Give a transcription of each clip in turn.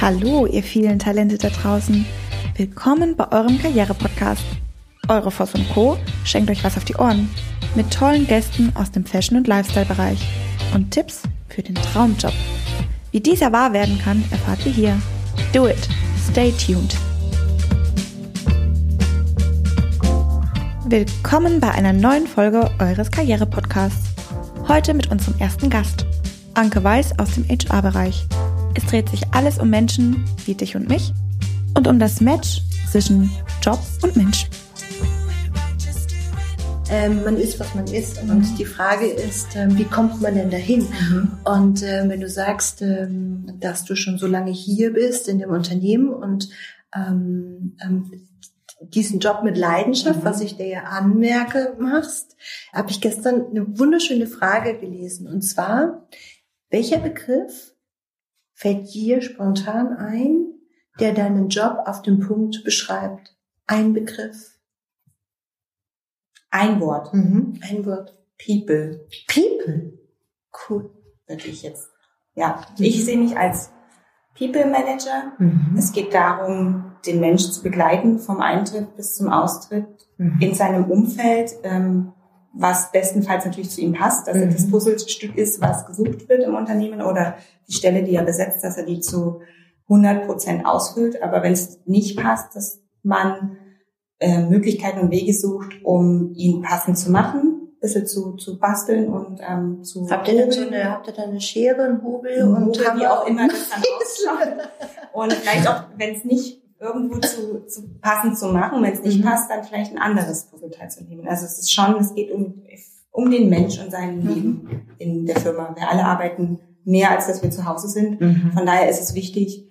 Hallo, ihr vielen Talente da draußen. Willkommen bei eurem Karriere-Podcast. Eure Voss & Co. schenkt euch was auf die Ohren. Mit tollen Gästen aus dem Fashion- und Lifestyle-Bereich. Und Tipps für den Traumjob. Wie dieser wahr werden kann, erfahrt ihr hier. Do it. Stay tuned. Willkommen bei einer neuen Folge eures Karriere-Podcasts. Heute mit unserem ersten Gast, Anke Weiß aus dem HR-Bereich. Es dreht sich alles um Menschen wie dich und mich und um das Match zwischen Job und Mensch. Man ist, was man ist. Und die Frage ist, wie kommt man denn dahin? Und wenn du sagst, dass du schon so lange hier bist in dem Unternehmen und diesen Job mit Leidenschaft, was ich dir ja anmerke, machst, habe ich gestern eine wunderschöne Frage gelesen. Und zwar, welcher Begriff fällt dir spontan ein, der deinen Job auf den Punkt beschreibt? Ein Begriff. Ein Wort. Ein Wort. People. People. Cool. Würde ich jetzt. Ja, ich sehe mich als People Manager. Es geht darum, den Menschen zu begleiten vom Eintritt bis zum Austritt in seinem Umfeld, was bestenfalls natürlich zu ihm passt, dass er das Puzzlestück ist, was gesucht wird im Unternehmen oder die Stelle, die er besetzt, dass er die zu 100% ausfüllt. Aber wenn es nicht passt, dass man Möglichkeiten und Wege sucht, um ihn passend zu machen, ein bisschen zu basteln und zu habt ihr da eine Schere, einen Hobel und wie auch immer das dann ausschaut. Und vielleicht auch, wenn es nicht irgendwo zu passend zu machen, wenn es nicht passt, dann vielleicht ein anderes Puzzleteil zu nehmen. Also es geht um den Mensch und sein Leben in der Firma. Wir alle arbeiten mehr, als dass wir zu Hause sind. Von daher ist es wichtig,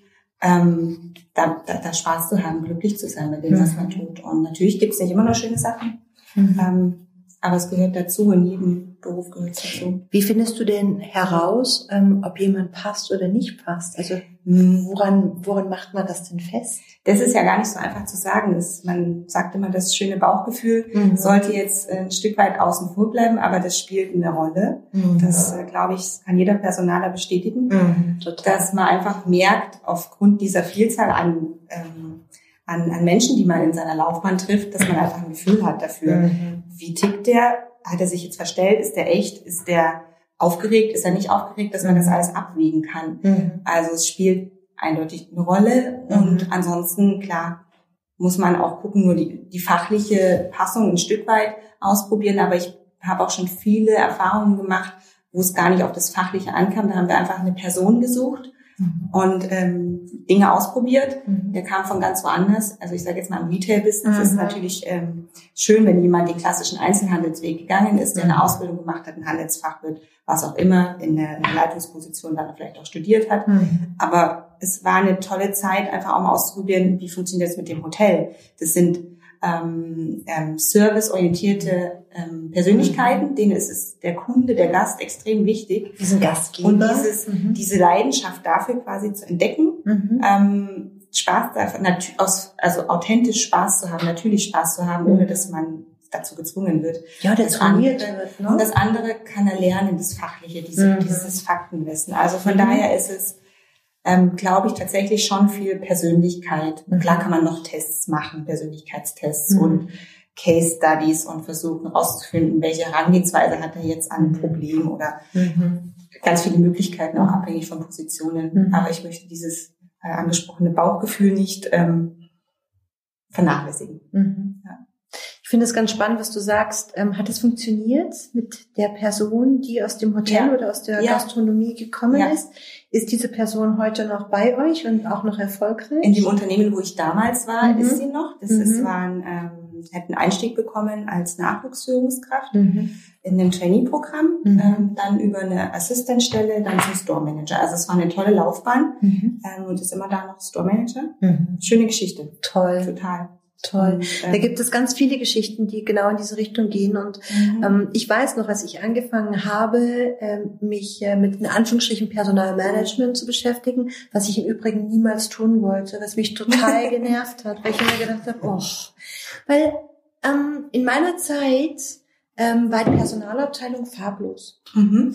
da Spaß zu haben, glücklich zu sein mit dem, was man tut. Und natürlich gibt es nicht immer nur schöne Sachen, aber es gehört dazu, in jedem Beruf gehört es dazu. Wie findest du denn heraus, ob jemand passt oder nicht passt? Also woran macht man das denn fest? Das ist ja gar nicht so einfach zu sagen. Man sagt immer, das schöne Bauchgefühl sollte jetzt ein Stück weit außen vor bleiben, aber das spielt eine Rolle. Das, glaube ich, kann jeder Personaler bestätigen, dass man einfach merkt, aufgrund dieser Vielzahl an Menschen, die man in seiner Laufbahn trifft, dass man einfach ein Gefühl hat dafür. Wie tickt der? Hat er sich jetzt verstellt? Ist der echt? Ist der aufgeregt? Ist er nicht aufgeregt? Dass man das alles abwägen kann. Also es spielt eindeutig eine Rolle. Und ansonsten, klar, muss man auch gucken, nur die fachliche Passung ein Stück weit ausprobieren. Aber ich habe auch schon viele Erfahrungen gemacht, wo es gar nicht auf das Fachliche ankam. Da haben wir einfach eine Person gesucht und Dinge ausprobiert. Der kam von ganz woanders. Also ich sage jetzt mal, im Retail-Business ist es natürlich schön, wenn jemand den klassischen Einzelhandelsweg gegangen ist, der eine Ausbildung gemacht hat, ein Handelsfachwirt, was auch immer, in der Leitungsposition dann vielleicht auch studiert hat. Aber es war eine tolle Zeit, einfach auch mal auszuprobieren, wie funktioniert das mit dem Hotel. Das sind serviceorientierte Persönlichkeiten, denen ist es der Kunde, der Gast extrem wichtig. Diesen Gastgeber. Und diese Leidenschaft dafür quasi zu entdecken, Spaß davon, also authentisch Spaß zu haben, natürlich Spaß zu haben, ohne dass man dazu gezwungen wird. Ja, der trainiert wird, ne? Und das andere kann er lernen, das Fachliche, dieses Faktenwissen. Also von daher ist es, glaube ich, tatsächlich schon viel Persönlichkeit. Klar kann man noch Tests machen, Persönlichkeitstests und Case Studies und versuchen herauszufinden, welche Herangehensweise hat er jetzt an ein Problem oder ganz viele Möglichkeiten, auch abhängig von Positionen. Aber ich möchte dieses angesprochene Bauchgefühl nicht vernachlässigen. Ja. Ich finde es ganz spannend, was du sagst. Hat es funktioniert mit der Person, die aus dem Hotel oder aus der Gastronomie gekommen ist? Ist diese Person heute noch bei euch und auch noch erfolgreich? In dem Unternehmen, wo ich damals war, ist sie noch. Hat einen Einstieg bekommen als Nachwuchsführungskraft in einem Trainee-Programm, dann über eine Assistentstelle, dann zum Store-Manager. Also es war eine tolle Laufbahn und ist immer da noch Store-Manager. Schöne Geschichte. Toll. Total. Toll. Da gibt es ganz viele Geschichten, die genau in diese Richtung gehen. Und ich weiß noch, als ich angefangen habe, mich mit in Anführungsstrichen Personalmanagement zu beschäftigen, was ich im Übrigen niemals tun wollte, was mich total genervt hat, weil ich immer gedacht habe, weil in meiner Zeit war die Personalabteilung farblos.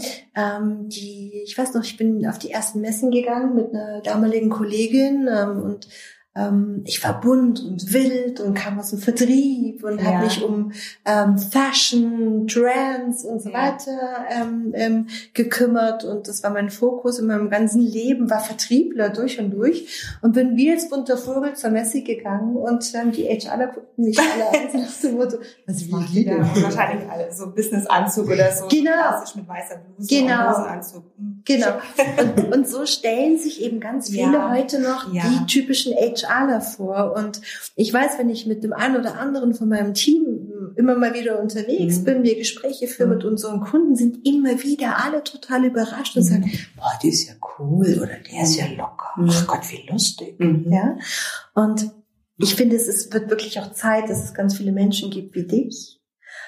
Ich weiß noch, ich bin auf die ersten Messen gegangen mit einer damaligen Kollegin und ich war bunt und wild und kam aus dem Vertrieb und habe mich um Fashion, Trends und so weiter gekümmert, und das war mein Fokus in meinem ganzen Leben, war Vertriebler durch und durch, und bin wie als bunter Vogel zur Messe gegangen, und die HRler guckten mich alle an nach dem Motto, was macht die denn? Wahrscheinlich alle so Businessanzug oder so, klassisch mit weißer Bluse und Hosenanzug. Genau. Und so stellen sich eben ganz viele heute noch die typischen HRler vor. Und ich weiß, wenn ich mit dem einen oder anderen von meinem Team immer mal wieder unterwegs bin, wir Gespräche führen mit unseren Kunden, sind immer wieder alle total überrascht und sagen, boah, die ist ja cool oder der ist ja locker. Ach Gott, wie lustig. Ja. Und ich finde, es wird wirklich auch Zeit, dass es ganz viele Menschen gibt wie dich,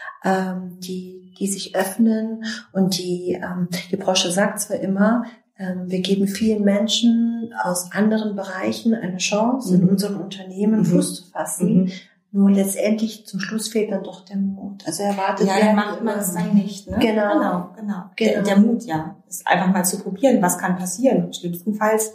die sich öffnen, und die Branche sagt zwar immer, wir geben vielen Menschen aus anderen Bereichen eine Chance, in unserem Unternehmen Fuß zu fassen. Nur letztendlich zum Schluss fehlt dann doch der Mut. Also erwartet werden. Ja, dann macht man es dann nicht. Ne? Genau. Der Mut, ist einfach mal zu probieren, was kann passieren. Schlimmstenfalls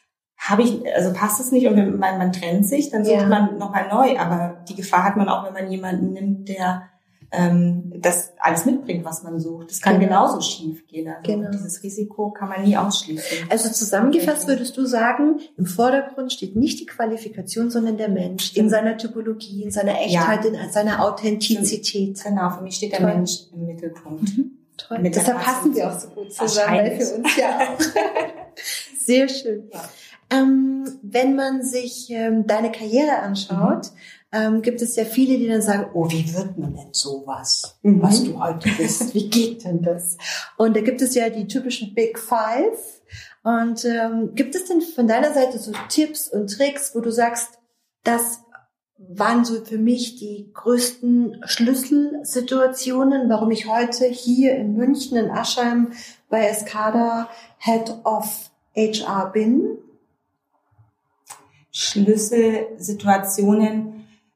passt es nicht und man trennt sich, dann sucht man nochmal neu. Aber die Gefahr hat man auch, wenn man jemanden nimmt, der das alles mitbringt, was man sucht. Das kann genauso schief gehen. Also dieses Risiko kann man nie ausschließen. Also zusammengefasst würdest du sagen, im Vordergrund steht nicht die Qualifikation, sondern der Mensch in seiner Typologie, in seiner Echtheit, in seiner Authentizität. Genau, für mich steht der Mensch im Mittelpunkt. Toll. Deshalb passen wir auch so gut zusammen, weil für uns auch. Sehr schön. Ja. Wenn man sich deine Karriere anschaut, gibt es ja viele, die dann sagen, oh, wie wird man denn sowas, was du heute bist? Wie geht denn das? Und da gibt es ja die typischen Big Five. Und gibt es denn von deiner Seite so Tipps und Tricks, wo du sagst, das waren so für mich die größten Schlüsselsituationen, warum ich heute hier in München, in Aschheim bei Escada Head of HR bin? Schlüsselsituationen,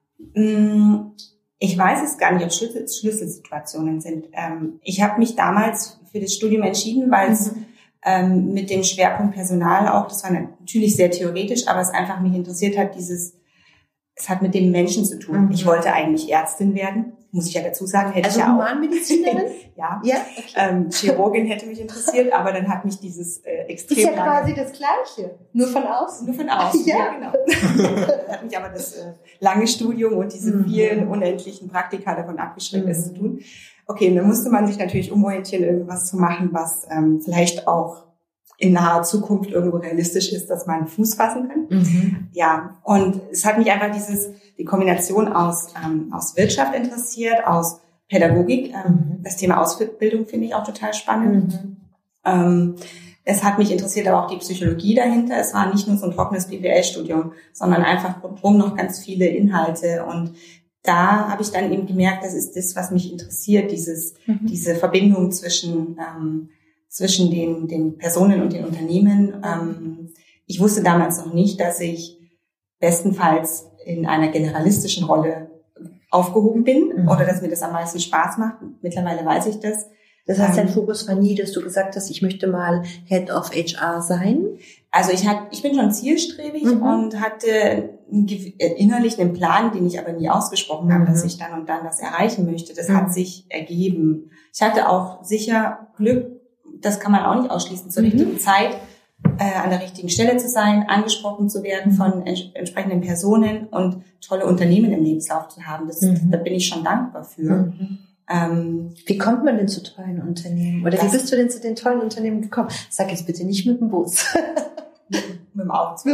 ich weiß es gar nicht, ob Schlüsselsituationen sind. Ich habe mich damals für das Studium entschieden, weil es mit dem Schwerpunkt Personal auch, das war natürlich sehr theoretisch, aber es einfach mich interessiert hat, es hat mit den Menschen zu tun. Ich wollte eigentlich Ärztin werden, muss ich ja dazu sagen. Hätte ich ja auch. Humanmedizinerin? Ja. Okay. Chirurgin hätte mich interessiert, aber dann hat mich dieses extrem ist ja quasi das Gleiche, nur von außen. Nur von außen, ja genau. Hat mich aber das lange Studium und diese vielen unendlichen Praktika davon abgeschreckt, das zu tun. Okay, und dann musste man sich natürlich umorientieren, irgendwas zu machen, was vielleicht auch in naher Zukunft irgendwo realistisch ist, dass man Fuß fassen kann. Ja, und es hat mich einfach die Kombination aus Wirtschaft interessiert, aus Pädagogik. Das Thema Ausbildung finde ich auch total spannend. Es hat mich interessiert aber auch die Psychologie dahinter. Es war nicht nur so ein trockenes BWL-Studium, sondern einfach rundherum noch ganz viele Inhalte. Und da habe ich dann eben gemerkt, das ist das, was mich interessiert, diese Verbindung zwischen den Personen und den Unternehmen. Ich wusste damals noch nicht, dass ich bestenfalls in einer generalistischen Rolle aufgehoben bin oder dass mir das am meisten Spaß macht. Mittlerweile weiß ich das. Das heißt, dein Fokus war nie, dass du gesagt hast, ich möchte mal Head of HR sein? Also ich bin schon zielstrebig und hatte innerlich einen Plan, den ich aber nie ausgesprochen habe, dass ich dann und dann das erreichen möchte. Das hat sich ergeben. Ich hatte auch sicher Glück, das kann man auch nicht ausschließen, zur richtigen Zeit an der richtigen Stelle zu sein, angesprochen zu werden von entsprechenden Personen und tolle Unternehmen im Lebenslauf zu haben. Da bin ich schon dankbar für. Wie kommt man denn zu tollen Unternehmen? Oder wie bist du denn zu den tollen Unternehmen gekommen? Sag jetzt bitte nicht mit dem Bus. Mit dem Auto.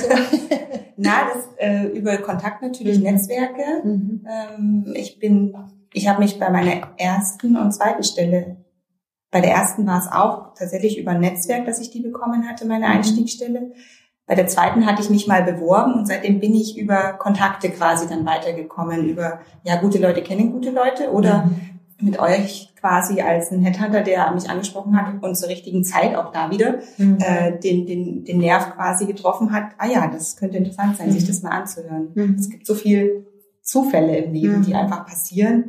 Über Kontakt natürlich, Netzwerke. Ich habe mich bei meiner ersten und zweiten Stelle, bei der ersten war es auch tatsächlich über ein Netzwerk, dass ich die bekommen hatte, meine Einstiegsstelle. Bei der zweiten hatte ich mich mal beworben und seitdem bin ich über Kontakte quasi dann weitergekommen, über, gute Leute kennen gute Leute oder mit euch quasi als ein Headhunter, der mich angesprochen hat und zur richtigen Zeit auch da wieder den Nerv quasi getroffen hat. Das könnte interessant sein, sich das mal anzuhören. Es gibt so viel Zufälle im Leben, die einfach passieren.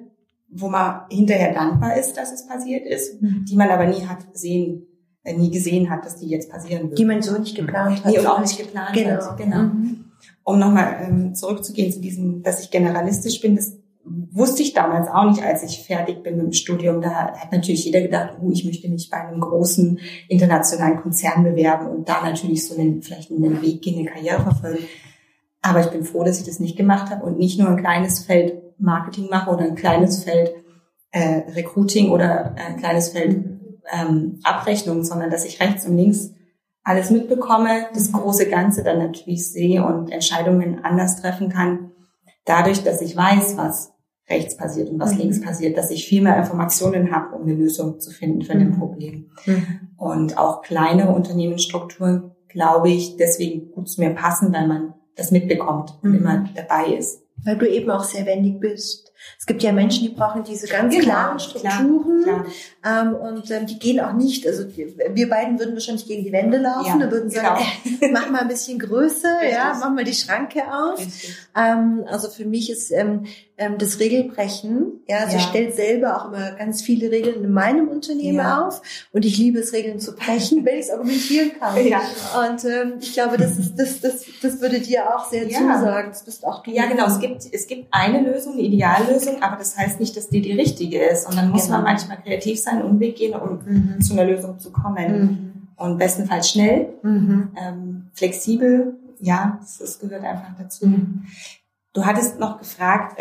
wo man hinterher dankbar ist, dass es passiert ist, die man aber nie gesehen hat, dass die jetzt passieren würden. Die man so nicht geplant hat. Nee, und auch nicht geplant hat. Genau. Um nochmal zurückzugehen zu diesem, dass ich generalistisch bin, das wusste ich damals auch nicht, als ich fertig bin mit dem Studium. Da hat natürlich jeder gedacht, ich möchte mich bei einem großen internationalen Konzern bewerben und da natürlich vielleicht einen Weg gehen, eine Karriere verfolgen. Aber ich bin froh, dass ich das nicht gemacht habe und nicht nur ein kleines Feld Marketing mache oder ein kleines Feld Recruiting oder ein kleines Feld Abrechnung, sondern dass ich rechts und links alles mitbekomme, das große Ganze dann natürlich sehe und Entscheidungen anders treffen kann, dadurch, dass ich weiß, was rechts passiert und was links passiert, dass ich viel mehr Informationen habe, um eine Lösung zu finden für ein Problem. Und auch kleinere Unternehmensstrukturen, glaube ich, deswegen gut zu mir passen, weil man das mitbekommt und immer dabei ist. Weil du eben auch sehr wendig bist. Es gibt ja Menschen, die brauchen diese ganz klaren Strukturen. Klar. Und die gehen auch nicht, also wir beiden würden wahrscheinlich gegen die Wände laufen und würden sagen, mach mal ein bisschen größer, mach mal die Schranke auf. Also für mich ist das Regelbrechen, sie stellt selber auch immer ganz viele Regeln in meinem Unternehmen auf und ich liebe es, Regeln zu brechen, wenn ich es argumentieren kann. Und ich glaube, das würde dir auch sehr zusagen. Das bist auch du. Ja, genau. Es gibt eine Lösung, eine Ideallösung, aber das heißt nicht, dass die richtige ist. Und dann muss man manchmal kreativ sein, einen Umweg gehen, um zu einer Lösung zu kommen. Und bestenfalls schnell, flexibel. Ja, das gehört einfach dazu. Du hattest noch gefragt,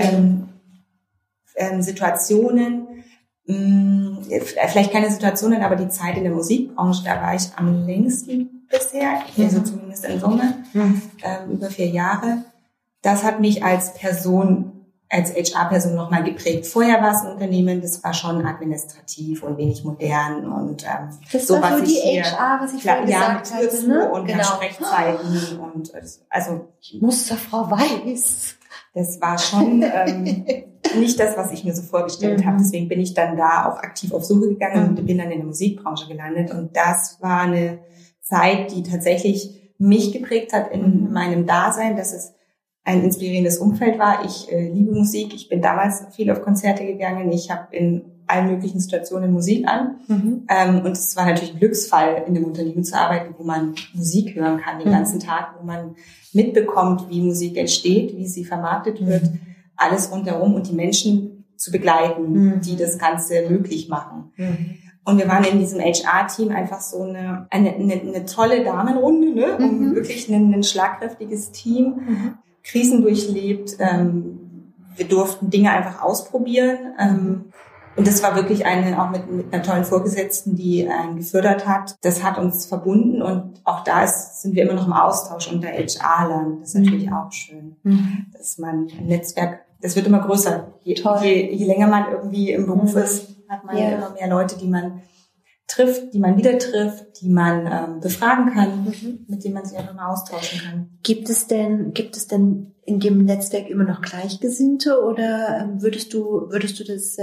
Situationen, vielleicht keine Situationen, aber die Zeit in der Musikbranche, da war ich am längsten bisher, also zumindest in Summe, über 4 Jahre. Das hat mich als HR-Person nochmal geprägt. Vorher war es ein Unternehmen, das war schon administrativ und wenig modern und das war so die HR, was ich vorhin gesagt hatte, ne? Und Sprechzeiten und also Musterfrau Weiß. Das war schon nicht das, was ich mir so vorgestellt habe. Deswegen bin ich dann da auch aktiv auf Suche gegangen und bin dann in der Musikbranche gelandet. Und das war eine Zeit, die tatsächlich mich geprägt hat in meinem Dasein, dass es ein inspirierendes Umfeld war. Ich liebe Musik. Ich bin damals viel auf Konzerte gegangen. Ich habe in allen möglichen Situationen Musik an. Und es war natürlich ein Glücksfall, in einem Unternehmen zu arbeiten, wo man Musik hören kann den ganzen Tag, wo man mitbekommt, wie Musik entsteht, wie sie vermarktet wird, alles rundherum und die Menschen zu begleiten, die das Ganze möglich machen. Und wir waren in diesem HR-Team einfach so eine tolle Damenrunde, ne? Um wirklich ein schlagkräftiges Team, Krisen durchlebt. Wir durften Dinge einfach ausprobieren. Und das war wirklich auch mit einer tollen Vorgesetzten, die einen gefördert hat. Das hat uns verbunden und auch da sind wir immer noch im Austausch unter HR-Lern. Das ist natürlich auch schön, dass man ein Netzwerk, das wird immer größer. Je länger man irgendwie im Beruf ist, hat man immer mehr Leute, die man trifft, die man wieder trifft, die man befragen kann, mit denen man sich einfach mal austauschen kann. Gibt es denn in dem Netzwerk immer noch Gleichgesinnte oder würdest du das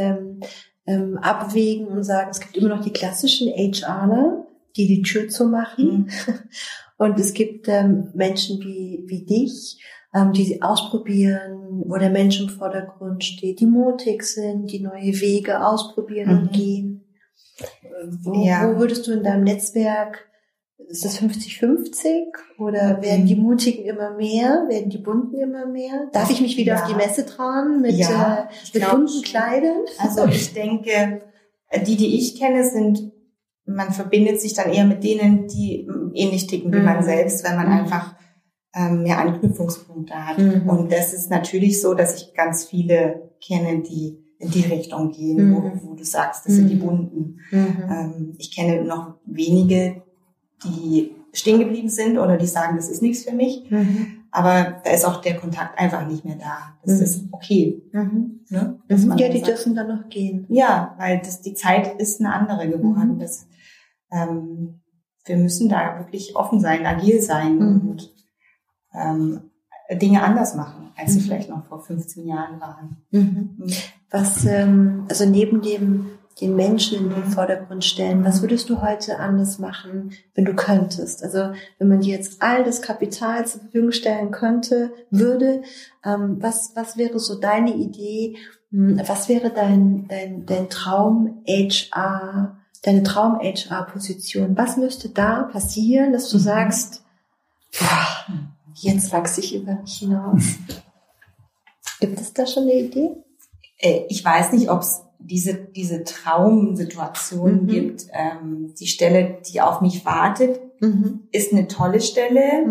abwägen und sagen, es gibt immer noch die klassischen HRler, die Tür zu machen und es gibt Menschen wie dich, die ausprobieren, wo der Mensch im Vordergrund steht, die mutig sind, die neue Wege ausprobieren und gehen. Wo würdest du in deinem Netzwerk, ist das 50-50 oder werden die Mutigen immer mehr, werden die Bunten immer mehr? Darf ich mich wieder auf die Messe trauen mit bunten Kleidern? Also ich denke, die ich kenne, man verbindet sich dann eher mit denen, die ähnlich ticken wie man selbst, weil man einfach mehr Anknüpfungspunkte hat. Und das ist natürlich so, dass ich ganz viele kenne, die in die Richtung gehen, wo du sagst, das sind die Bunten. Ich kenne noch wenige, die stehen geblieben sind oder die sagen, das ist nichts für mich. Aber da ist auch der Kontakt einfach nicht mehr da. Das ist okay. Ne? Die dürfen dann noch gehen. Ja, weil die Zeit ist eine andere geworden. Wir müssen da wirklich offen sein, agil sein und Dinge anders machen, als sie vielleicht noch vor 15 Jahren waren. Was, also neben dem den Menschen in den Vordergrund stellen. Was würdest du heute anders machen, wenn du könntest? Also wenn man dir jetzt all das Kapital zur Verfügung stellen würde, was wäre so deine Idee? Was wäre dein Traum-HR, deine Traum-HR-Position? Was müsste da passieren, dass du sagst, jetzt wachse ich über mich hinaus? Gibt es da schon eine Idee? Ich weiß nicht, ob es diese Traumsituation gibt. Die Stelle, die auf mich wartet, ist eine tolle Stelle.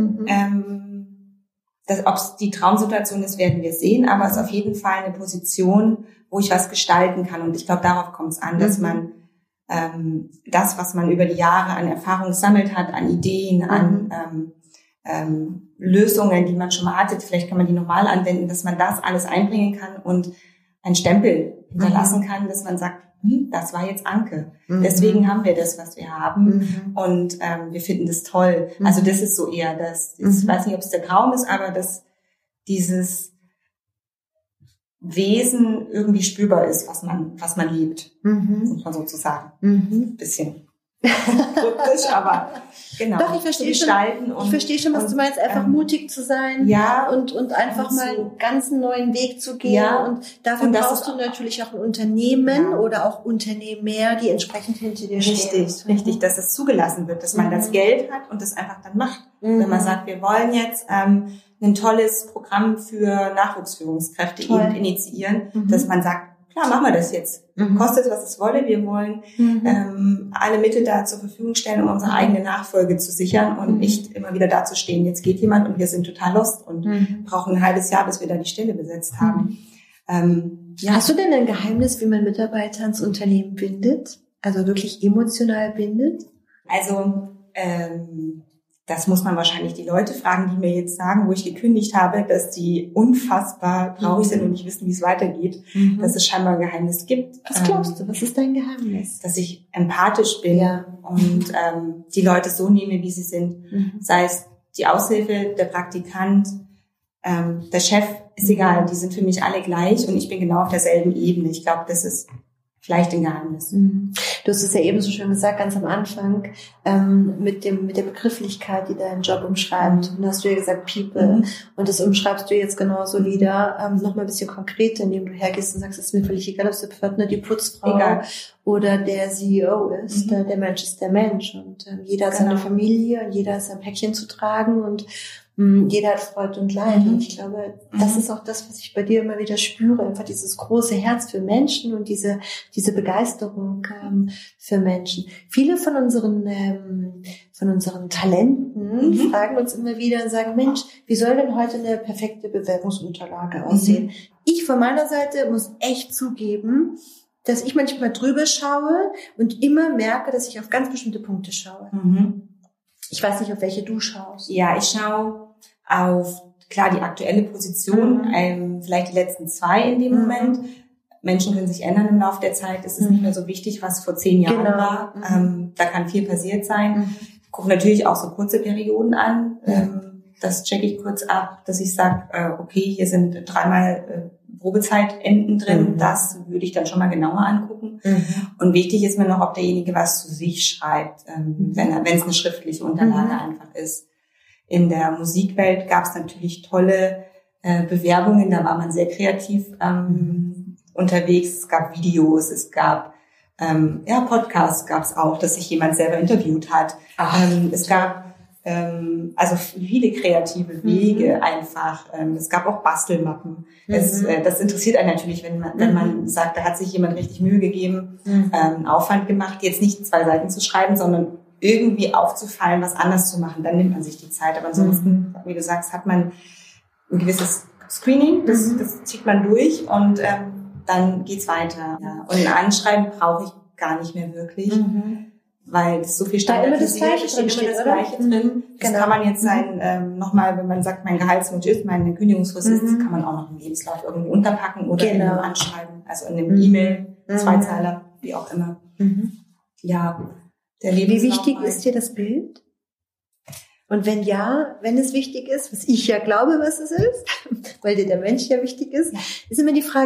Ob es die Traumsituation ist, werden wir sehen, aber es ist auf jeden Fall eine Position, wo ich was gestalten kann. Und ich glaube, darauf kommt es an, dass man das, was man über die Jahre an Erfahrung gesammelt hat, an Ideen, an Lösungen, die man schon mal hatte, vielleicht kann man die nochmal anwenden, dass man das alles einbringen kann und einen Stempel hinterlassen kann, dass man sagt, das war jetzt Anke. Deswegen haben wir das, was wir haben. Und wir finden das toll. Also das ist so eher das. Ich weiß nicht, ob es der Traum ist, aber dass dieses Wesen irgendwie spürbar ist, was man liebt. Muss man sozusagen. Ein bisschen kryptisch, aber genau. Doch, ich verstehe schon, was du meinst, einfach mutig zu sein, und einfach mal einen ganz neuen Weg zu gehen, und dafür brauchst du natürlich auch ein Unternehmen oder auch Unternehmer, die entsprechend hinter dir stehen. Richtig, dass es zugelassen wird, dass man das Geld hat und das einfach dann macht. Wenn man sagt, wir wollen jetzt ein tolles Programm für Nachwuchsführungskräfte eben initiieren, dass man sagt, klar, machen wir das jetzt. Kostet, was es wolle. Wir wollen alle Mittel da zur Verfügung stellen, um unsere eigene Nachfolge zu sichern und nicht immer wieder dazustehen. Jetzt geht jemand und wir sind total lost und brauchen ein halbes Jahr, bis wir da die Stelle besetzt haben. Hast du denn ein Geheimnis, wie man Mitarbeiter ans Unternehmen bindet? Also wirklich emotional bindet? Also das muss man wahrscheinlich die Leute fragen, die mir jetzt sagen, wo ich gekündigt habe, dass die unfassbar traurig sind und nicht wissen, wie es weitergeht, dass es scheinbar ein Geheimnis gibt. Was glaubst du? Was ist dein Geheimnis? Dass ich empathisch bin und die Leute so nehme, wie sie sind. Sei es die Aushilfe, der Praktikant, der Chef, ist egal. Die sind für mich alle gleich und ich bin genau auf derselben Ebene. Ich glaube, das ist vielleicht ein Geheimnis. Du hast es ja eben so schön gesagt, ganz am Anfang, mit der Begrifflichkeit, die deinen Job umschreibt. Und da hast du ja gesagt, People. Und das umschreibst du jetzt genauso wieder, nochmal ein bisschen konkreter, indem du hergehst und sagst, es ist mir völlig egal, ob es der Pförtner, die Putzfrau oder der CEO ist. Der Mensch ist der Mensch. Und jeder hat seine Familie und jeder hat sein Päckchen zu tragen und jeder hat Freude und Leid. Und ich glaube, das ist auch das, was ich bei dir immer wieder spüre. Einfach dieses große Herz für Menschen und diese Begeisterung für Menschen. Viele von unseren Talenten fragen uns immer wieder und sagen, Mensch, wie soll denn heute eine perfekte Bewerbungsunterlage aussehen? Ich von meiner Seite muss echt zugeben, dass ich manchmal drüber schaue und immer merke, dass ich auf ganz bestimmte Punkte schaue. Ich weiß nicht, auf welche du schaust. Ja, ich schaue auf, klar, die aktuelle Position, vielleicht die letzten 2 in dem Moment. Menschen können sich ändern im Laufe der Zeit. Es ist nicht mehr so wichtig, was vor 10 Jahren war. Da kann viel passiert sein. Ich gucke natürlich auch so kurze Perioden an. Das checke ich kurz ab, dass ich sage, okay, hier sind 3-mal Probezeitenden drin. Das würde ich dann schon mal genauer angucken. Und wichtig ist mir noch, ob derjenige was zu sich schreibt, wenn es eine schriftliche Unterlage einfach ist. In der Musikwelt gab es natürlich tolle Bewerbungen, da war man sehr kreativ unterwegs. Es gab Videos, es gab Podcasts gab es auch, dass sich jemand selber interviewt hat. Es gab also viele kreative Wege einfach. Es gab auch Bastelmappen. Das interessiert einen natürlich, wenn man sagt, da hat sich jemand richtig Mühe gegeben, Aufwand gemacht, jetzt nicht 2 Seiten zu schreiben, sondern irgendwie aufzufallen, was anders zu machen. Dann nimmt man sich die Zeit. Aber ansonsten, wie du sagst, hat man ein gewisses Screening, das zieht man durch und dann geht's weiter. Ja. Und ein Anschreiben brauche ich gar nicht mehr wirklich. Weil es so viel standardisiert ist, steht immer das Gleiche drin. Das kann man jetzt nochmal, wenn man sagt, mein Gehaltswunsch ist, meine Kündigungsfrist ist, das kann man auch noch im Lebenslauf irgendwie unterpacken oder in einem Anschreiben, also in einem E-Mail, 2-Zeiler, wie auch immer. Ja, der Lebenslauf. Wie wichtig ist dir das Bild? Und wenn es wichtig ist, was ich ja glaube, was es ist, weil dir der Mensch ja wichtig ist immer die Frage,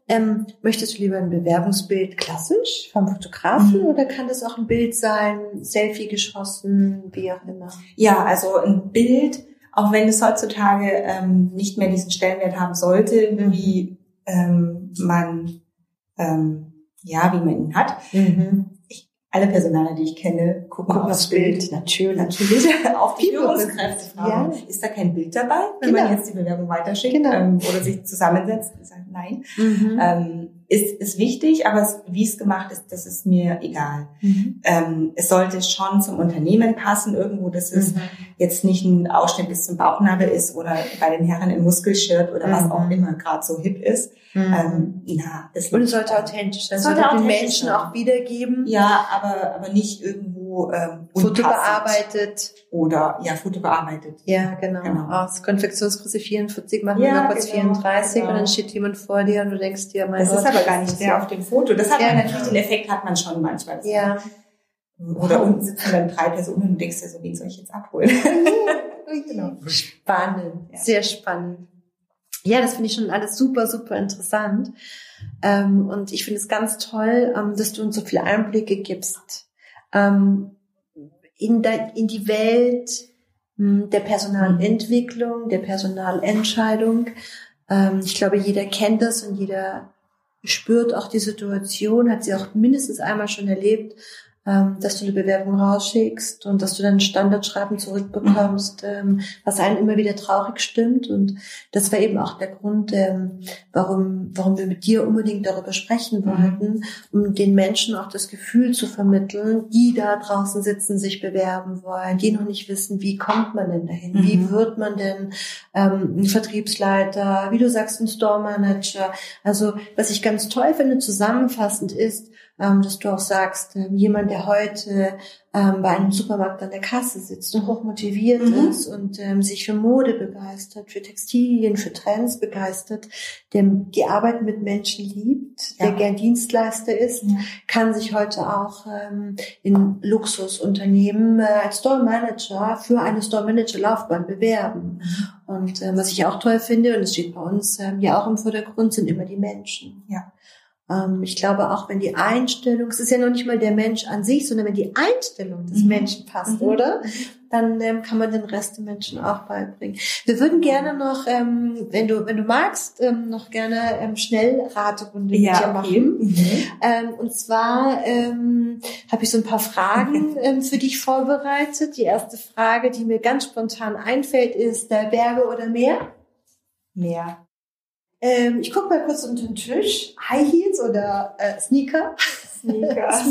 Möchtest du lieber ein Bewerbungsbild klassisch vom Fotografen oder kann das auch ein Bild sein, Selfie geschossen, wie auch immer? Ja, also ein Bild, auch wenn es heutzutage nicht mehr diesen Stellenwert haben sollte, wie man ihn hat. Alle Personaler, die ich kenne, gucken aufs Bild. Natürlich. Auf die Führungskräfte fragen. Ja. Ist da kein Bild dabei, wenn man jetzt die Bewerbung weiterschickt oder sich zusammensetzt und sagt nein? Ist wichtig, aber wie es gemacht ist, das ist mir egal. Es sollte schon zum Unternehmen passen irgendwo, dass es jetzt nicht ein Ausschnitt bis zum Bauchnabel ist oder bei den Herren ein Muskelshirt oder was auch immer gerade so hip ist. Und es sollte authentisch sein. Es sollte den Menschen auch wiedergeben. Ja, aber nicht irgendwo Foto bearbeitet. Foto bearbeitet. Ja, genau. Aus Konfektionsgröße 44 machen wir mal kurz 34 und dann steht jemand vor dir und du denkst dir, mein Gott. Das ist aber gar nicht der auf dem Foto. Das hat man natürlich, den Effekt hat man schon manchmal. Oder unten sitzen dann 3 Personen und du denkst dir so, wen soll ich jetzt abholen? Genau. Spannend, sehr spannend. Ja, das finde ich schon alles super, super interessant. Und ich finde es ganz toll, dass du uns so viele Einblicke gibst in die Welt der Personalentwicklung, der Personalentscheidung. Ich glaube, jeder kennt das und jeder spürt auch die Situation, hat sie auch mindestens einmal schon erlebt, dass du eine Bewerbung rausschickst und dass du dann ein Standardschreiben zurückbekommst, was einen immer wieder traurig stimmt. Und das war eben auch der Grund, warum wir mit dir unbedingt darüber sprechen wollten, um den Menschen auch das Gefühl zu vermitteln, die da draußen sitzen, sich bewerben wollen, die noch nicht wissen, wie kommt man denn dahin, wie wird man denn ein Vertriebsleiter, wie du sagst, ein Store Manager. Also was ich ganz toll finde, zusammenfassend ist, dass du auch sagst, jemand, der heute bei einem Supermarkt an der Kasse sitzt und hochmotiviert ist und sich für Mode begeistert, für Textilien, für Trends begeistert, der die Arbeit mit Menschen liebt, der gern Dienstleister ist, kann sich heute auch in Luxusunternehmen als Store Manager für eine Store Manager Laufbahn bewerben. Und was ich auch toll finde, und es steht bei uns ja auch im Vordergrund, sind immer die Menschen. Ja. Ich glaube auch, wenn die Einstellung, es ist ja noch nicht mal der Mensch an sich, sondern wenn die Einstellung des Menschen passt, oder? Dann kann man den Rest der Menschen auch beibringen. Wir würden gerne noch, wenn du magst, noch gerne Schnellraterunde mit dir machen. Und zwar habe ich so ein paar Fragen für dich vorbereitet. Die erste Frage, die mir ganz spontan einfällt, ist Berge oder Meer? Meer. Ich gucke mal kurz unter den Tisch. High Heels oder Sneaker? Sneakers.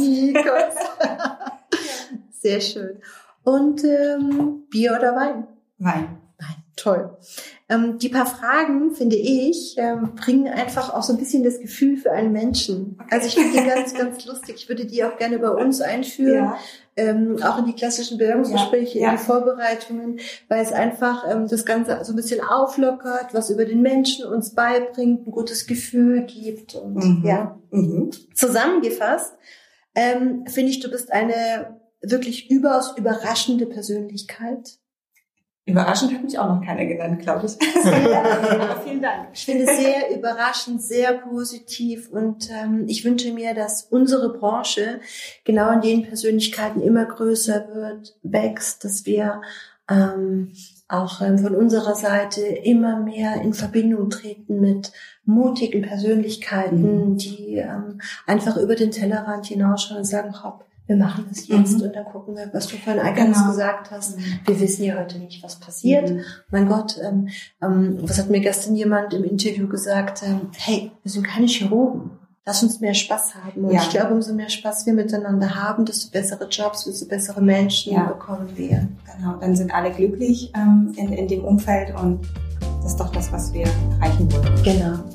Sehr schön. Und Bier oder Wein? Wein. Toll. Die paar Fragen, finde ich, bringen einfach auch so ein bisschen das Gefühl für einen Menschen. Okay. Also ich finde die ganz, ganz lustig. Ich würde die auch gerne bei uns einführen. Auch in die klassischen Bewerbungsgespräche, in die Vorbereitungen, weil es einfach das Ganze so ein bisschen auflockert, was über den Menschen uns beibringt, ein gutes Gefühl gibt. Und zusammengefasst finde ich, du bist eine wirklich überaus überraschende Persönlichkeit. Überraschend hat mich auch noch keiner genannt, glaube ich. Aber vielen Dank. Ich finde es sehr überraschend, sehr positiv und ich wünsche mir, dass unsere Branche genau in den Persönlichkeiten immer größer wird, wächst, dass wir auch von unserer Seite immer mehr in Verbindung treten mit mutigen Persönlichkeiten, die einfach über den Tellerrand hinausschauen und sagen, hopp, wir machen das jetzt und dann gucken wir, was du vorhin eingangs gesagt hast. Wir wissen ja heute nicht, was passiert. Mein Gott, was hat mir gestern jemand im Interview gesagt? Hey, wir sind keine Chirurgen. Lass uns mehr Spaß haben. Und ich glaube, umso mehr Spaß wir miteinander haben, desto bessere Jobs, desto bessere Menschen bekommen wir. Genau, dann sind alle glücklich in dem Umfeld und das ist doch das, was wir erreichen wollen. Genau.